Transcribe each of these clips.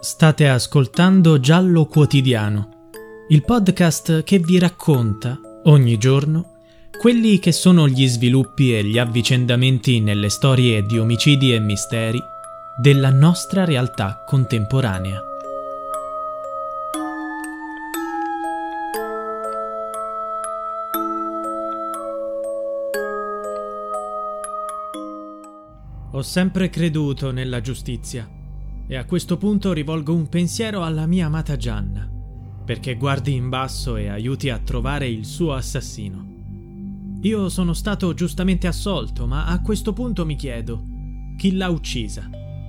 State ascoltando Giallo Quotidiano, il podcast che vi racconta, ogni giorno, quelli che sono gli sviluppi e gli avvicendamenti nelle storie di omicidi e misteri della nostra realtà contemporanea. Ho sempre creduto nella giustizia. E a questo punto rivolgo un pensiero alla mia amata Gianna, perché guardi in basso e aiuti a trovare il suo assassino. Io sono stato giustamente assolto, ma a questo punto mi chiedo, chi l'ha uccisa?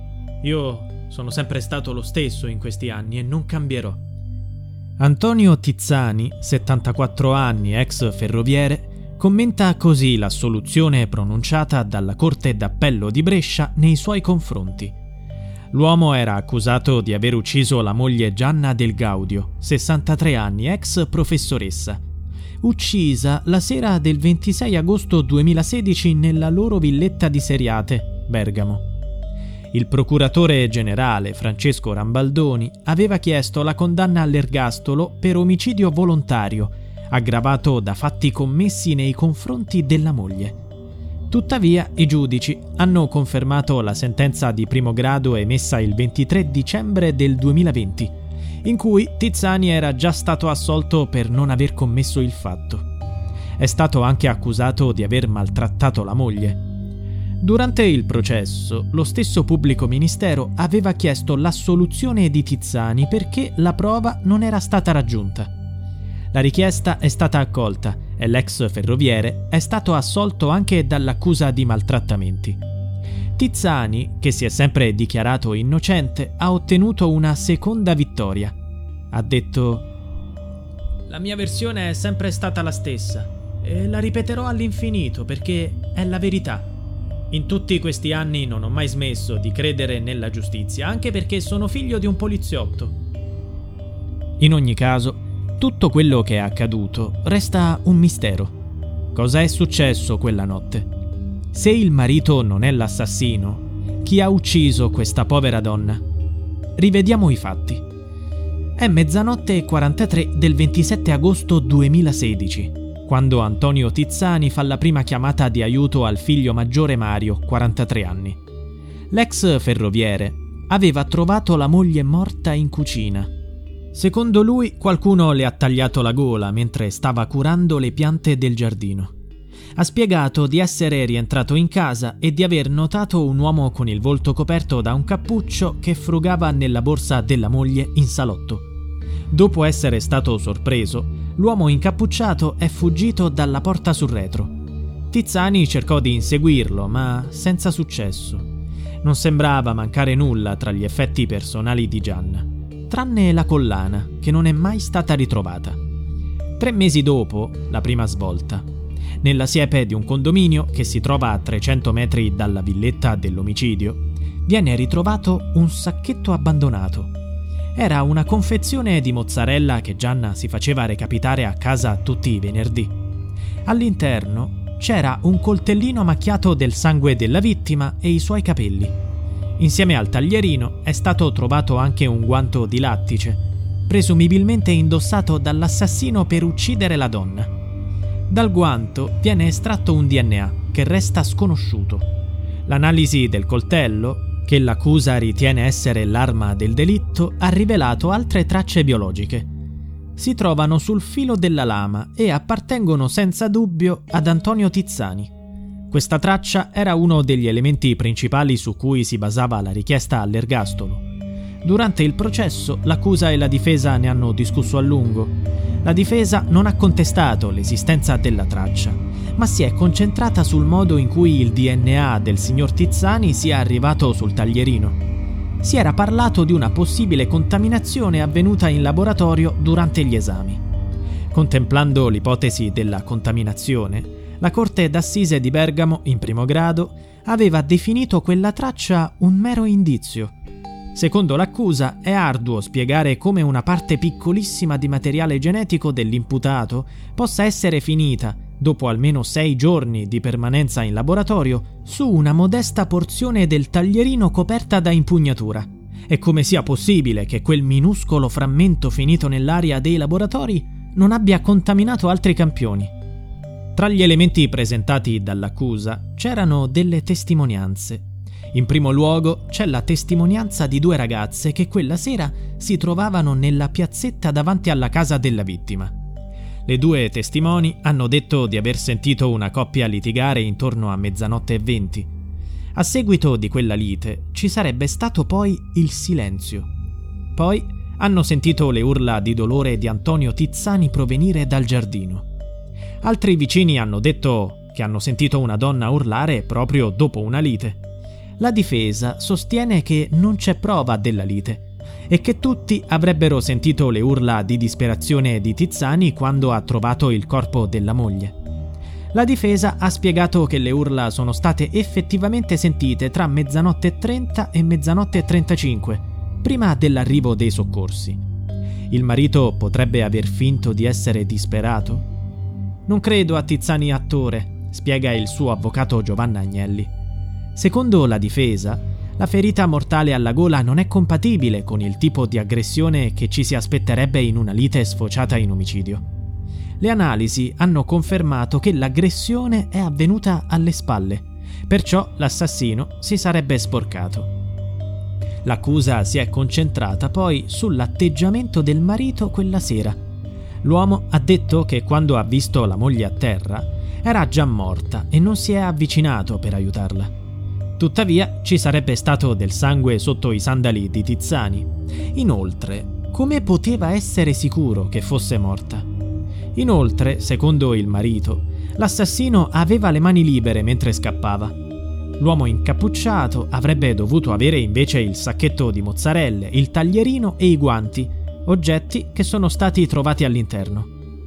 Io sono sempre stato lo stesso in questi anni e non cambierò. Antonio Tizzani, 74 anni, ex ferroviere, commenta così l'assoluzione pronunciata dalla Corte d'Appello di Brescia nei suoi confronti. L'uomo era accusato di aver ucciso la moglie Gianna Del Gaudio, 63 anni, ex professoressa, uccisa la sera del 26 agosto 2016 nella loro villetta di Seriate, Bergamo. Il procuratore generale Francesco Rambaldoni aveva chiesto la condanna all'ergastolo per omicidio volontario, aggravato da fatti commessi nei confronti della moglie. Tuttavia, i giudici hanno confermato la sentenza di primo grado emessa il 23 dicembre del 2020, in cui Tizzani era già stato assolto per non aver commesso il fatto. È stato anche accusato di aver maltrattato la moglie. Durante il processo, lo stesso pubblico ministero aveva chiesto l'assoluzione di Tizzani perché la prova non era stata raggiunta. La richiesta è stata accolta e l'ex ferroviere è stato assolto anche dall'accusa di maltrattamenti. Tizzani, che si è sempre dichiarato innocente, ha ottenuto una seconda vittoria. Ha detto: «La mia versione è sempre stata la stessa e la ripeterò all'infinito perché è la verità. In tutti questi anni non ho mai smesso di credere nella giustizia, anche perché sono figlio di un poliziotto». In ogni caso, tutto quello che è accaduto resta un mistero. Cosa è successo quella notte? Se il marito non è l'assassino, chi ha ucciso questa povera donna? Rivediamo i fatti. È 00:43 del 27 agosto 2016, quando Antonio Tizzani fa la prima chiamata di aiuto al figlio maggiore Mario, 43 anni. L'ex ferroviere aveva trovato la moglie morta in cucina. Secondo lui, qualcuno le ha tagliato la gola mentre stava curando le piante del giardino. Ha spiegato di essere rientrato in casa e di aver notato un uomo con il volto coperto da un cappuccio che frugava nella borsa della moglie in salotto. Dopo essere stato sorpreso, l'uomo incappucciato è fuggito dalla porta sul retro. Tizzani cercò di inseguirlo, ma senza successo. Non sembrava mancare nulla tra gli effetti personali di Gianna, tranne la collana, che non è mai stata ritrovata. 3 mesi dopo, la prima svolta, nella siepe di un condominio che si trova a 300 metri dalla villetta dell'omicidio, viene ritrovato un sacchetto abbandonato. Era una confezione di mozzarella che Gianna si faceva recapitare a casa tutti i venerdì. All'interno c'era un coltellino macchiato del sangue della vittima e i suoi capelli. Insieme al taglierino è stato trovato anche un guanto di lattice, presumibilmente indossato dall'assassino per uccidere la donna. Dal guanto viene estratto un DNA che resta sconosciuto. L'analisi del coltello, che l'accusa ritiene essere l'arma del delitto, ha rivelato altre tracce biologiche. Si trovano sul filo della lama e appartengono senza dubbio ad Antonio Tizzani. Questa traccia era uno degli elementi principali su cui si basava la richiesta all'ergastolo. Durante il processo, l'accusa e la difesa ne hanno discusso a lungo. La difesa non ha contestato l'esistenza della traccia, ma si è concentrata sul modo in cui il DNA del signor Tizzani sia arrivato sul taglierino. Si era parlato di una possibile contaminazione avvenuta in laboratorio durante gli esami. Contemplando l'ipotesi della contaminazione, la Corte d'Assise di Bergamo, in primo grado, aveva definito quella traccia un mero indizio. Secondo l'accusa, è arduo spiegare come una parte piccolissima di materiale genetico dell'imputato possa essere finita, dopo almeno 6 giorni di permanenza in laboratorio, su una modesta porzione del taglierino coperta da impugnatura, e come sia possibile che quel minuscolo frammento finito nell'aria dei laboratori non abbia contaminato altri campioni. Tra gli elementi presentati dall'accusa c'erano delle testimonianze. In primo luogo c'è la testimonianza di 2 ragazze che quella sera si trovavano nella piazzetta davanti alla casa della vittima. Le 2 testimoni hanno detto di aver sentito una coppia litigare intorno a 00:20. A seguito di quella lite ci sarebbe stato poi il silenzio. Poi hanno sentito le urla di dolore di Antonio Tizzani provenire dal giardino. Altri vicini hanno detto che hanno sentito una donna urlare proprio dopo una lite. La difesa sostiene che non c'è prova della lite e che tutti avrebbero sentito le urla di disperazione di Tizzani quando ha trovato il corpo della moglie. La difesa ha spiegato che le urla sono state effettivamente sentite tra 00:30 e 00:35, prima dell'arrivo dei soccorsi. Il marito potrebbe aver finto di essere disperato? Non credo a Tizzani attore, spiega il suo avvocato Giovanna Agnelli. Secondo la difesa, la ferita mortale alla gola non è compatibile con il tipo di aggressione che ci si aspetterebbe in una lite sfociata in omicidio. Le analisi hanno confermato che l'aggressione è avvenuta alle spalle, perciò l'assassino si sarebbe sporcato. L'accusa si è concentrata poi sull'atteggiamento del marito quella sera. L'uomo ha detto che quando ha visto la moglie a terra era già morta e non si è avvicinato per aiutarla. Tuttavia ci sarebbe stato del sangue sotto i sandali di Tizzani. Inoltre, come poteva essere sicuro che fosse morta? Inoltre, secondo il marito, l'assassino aveva le mani libere mentre scappava. L'uomo incappucciato avrebbe dovuto avere invece il sacchetto di mozzarelle, il taglierino e i guanti, oggetti che sono stati trovati all'interno.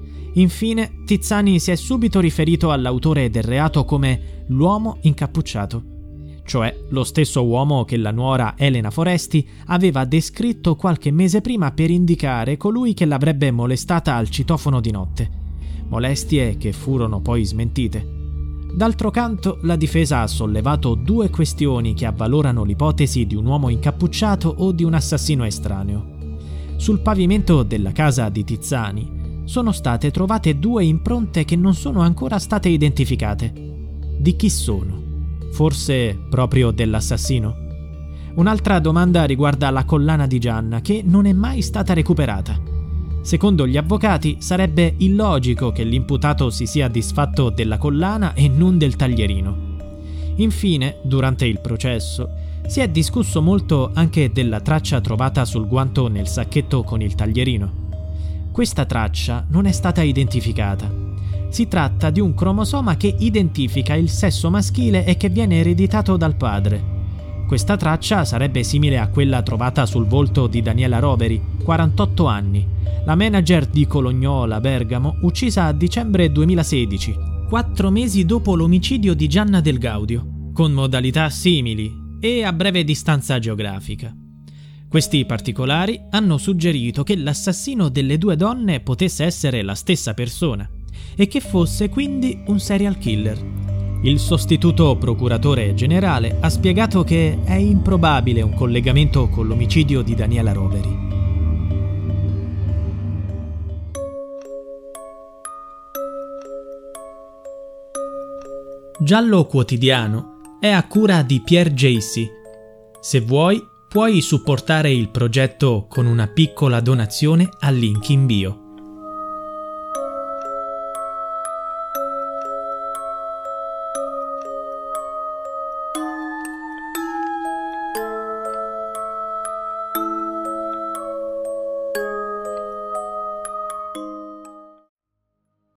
Infine, Tizzani si è subito riferito all'autore del reato come l'uomo incappucciato, cioè lo stesso uomo che la nuora Elena Foresti aveva descritto qualche mese prima per indicare colui che l'avrebbe molestata al citofono di notte. Molestie che furono poi smentite. D'altro canto, la difesa ha sollevato 2 questioni che avvalorano l'ipotesi di un uomo incappucciato o di un assassino estraneo. Sul pavimento della casa di Tizzani sono state trovate 2 impronte che non sono ancora state identificate. Di chi sono? Forse proprio dell'assassino? Un'altra domanda riguarda la collana di Gianna, che non è mai stata recuperata. Secondo gli avvocati sarebbe illogico che l'imputato si sia disfatto della collana e non del taglierino. Infine, durante il processo, si è discusso molto anche della traccia trovata sul guanto nel sacchetto con il taglierino. Questa traccia non è stata identificata. Si tratta di un cromosoma che identifica il sesso maschile e che viene ereditato dal padre. Questa traccia sarebbe simile a quella trovata sul volto di Daniela Roveri, 48 anni, la manager di Colognola, Bergamo, uccisa a dicembre 2016, 4 mesi dopo l'omicidio di Gianna Del Gaudio, con modalità simili e a breve distanza geografica. Questi particolari hanno suggerito che l'assassino delle 2 donne potesse essere la stessa persona e che fosse quindi un serial killer. Il sostituto procuratore generale ha spiegato che è improbabile un collegamento con l'omicidio di Daniela Roveri. Giallo Quotidiano è a cura di Pierre Jacy. Se vuoi, puoi supportare il progetto con una piccola donazione al link in bio.